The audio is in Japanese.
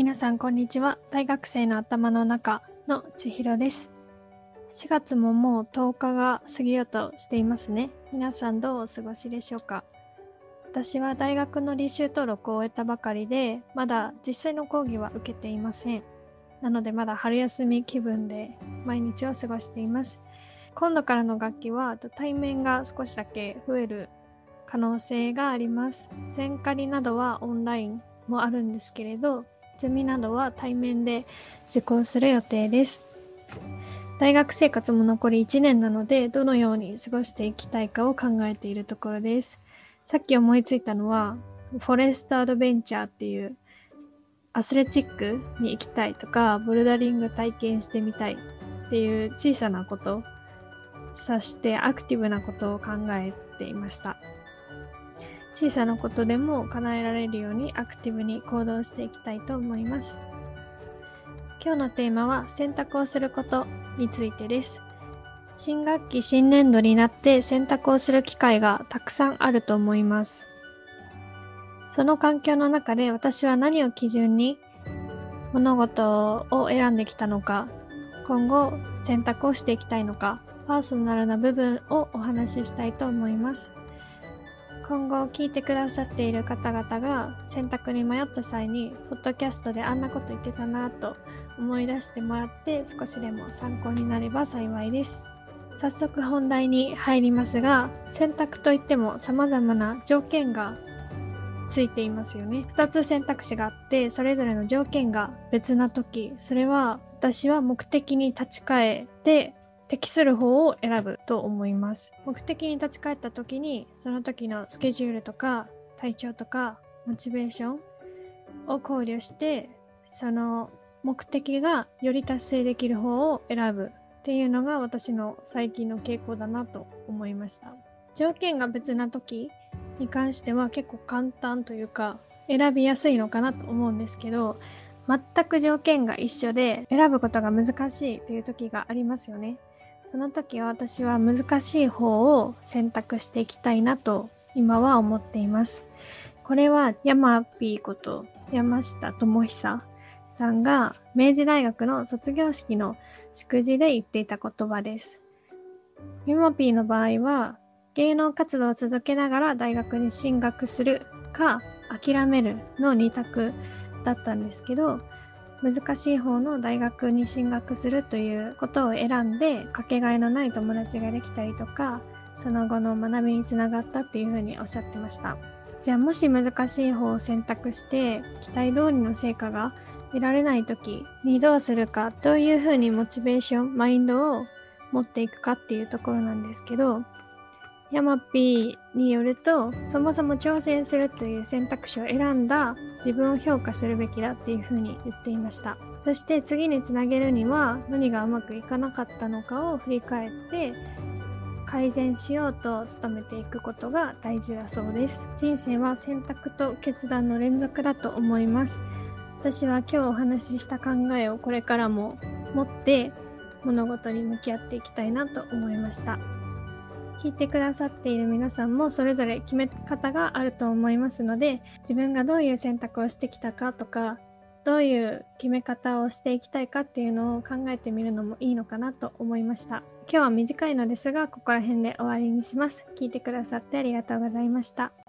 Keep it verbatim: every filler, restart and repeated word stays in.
皆さんこんにちは。大学生の頭の中の千尋です。しがつももうとおかが過ぎようとしていますね。皆さんどうお過ごしでしょうか。私は大学の履修登録を終えたばかりで、まだ実際の講義は受けていません。なのでまだ春休み気分で毎日を過ごしています。今度からの学期は対面が少しだけ増える可能性があります。前仮などはオンラインもあるんですけれど、ゼミなどは対面で受講する予定です。大学生活も残りいちねんなので、どのように過ごしていきたいかを考えているところです。さっき思いついたのは、フォレストアドベンチャーっていうアスレチックに行きたいとか、ボルダリング体験してみたいっていう小さなこと、そしてアクティブなことを考えていました。小さなことでも叶えられるようにアクティブに行動していきたいと思います。今日のテーマは選択をすることについてです。新学期新年度になって選択をする機会がたくさんあると思います。その環境の中で私は何を基準に物事を選んできたのか、今後選択をしていきたいのか、パーソナルな部分をお話ししたいと思います。今後聞いてくださっている方々が選択に迷った際に、ポッドキャストであんなこと言ってたなと思い出してもらって少しでも参考になれば幸いです。早速本題に入りますが、選択といっても様々な条件がついていますよね。ふたつ選択肢があって、それぞれの条件が別な時、それは私は目的に立ち返って適する方を選ぶと思います。目的に立ち返った時に、その時のスケジュールとか体調とかモチベーションを考慮して、その目的がより達成できる方を選ぶっていうのが私の最近の傾向だなと思いました。条件が別な時に関しては結構簡単というか選びやすいのかなと思うんですけど、全く条件が一緒で選ぶことが難しいという時がありますよね。その時は私は難しい方を選択していきたいなと今は思っています。これはヤマピーこと山下智久さんが明治大学の卒業式の祝辞で言っていた言葉です。ヤマピーの場合は芸能活動を続けながら大学に進学するか諦めるのに択だったんですけど、難しい方の大学に進学するということを選んで、かけがえのない友達ができたりとか、その後の学びにつながったっていうふうにおっしゃってました。じゃあもし難しい方を選択して期待通りの成果が得られない時にどうするか、どういうふうにモチベーション、マインドを持っていくかっていうところなんですけど、ヤマピーによると、そもそも挑戦するという選択肢を選んだ自分を評価するべきだっていうふうに言っていました。そして次につなげるには何がうまくいかなかったのかを振り返って改善しようと努めていくことが大事だそうです。人生は選択と決断の連続だと思います。私は今日お話しした考えをこれからも持って物事に向き合っていきたいなと思いました。聞いてくださっている皆さんもそれぞれ決め方があると思いますので、自分がどういう選択をしてきたかとか、どういう決め方をしていきたいかっていうのを考えてみるのもいいのかなと思いました。今日は短いのですが、ここら辺で終わりにします。聞いてくださってありがとうございました。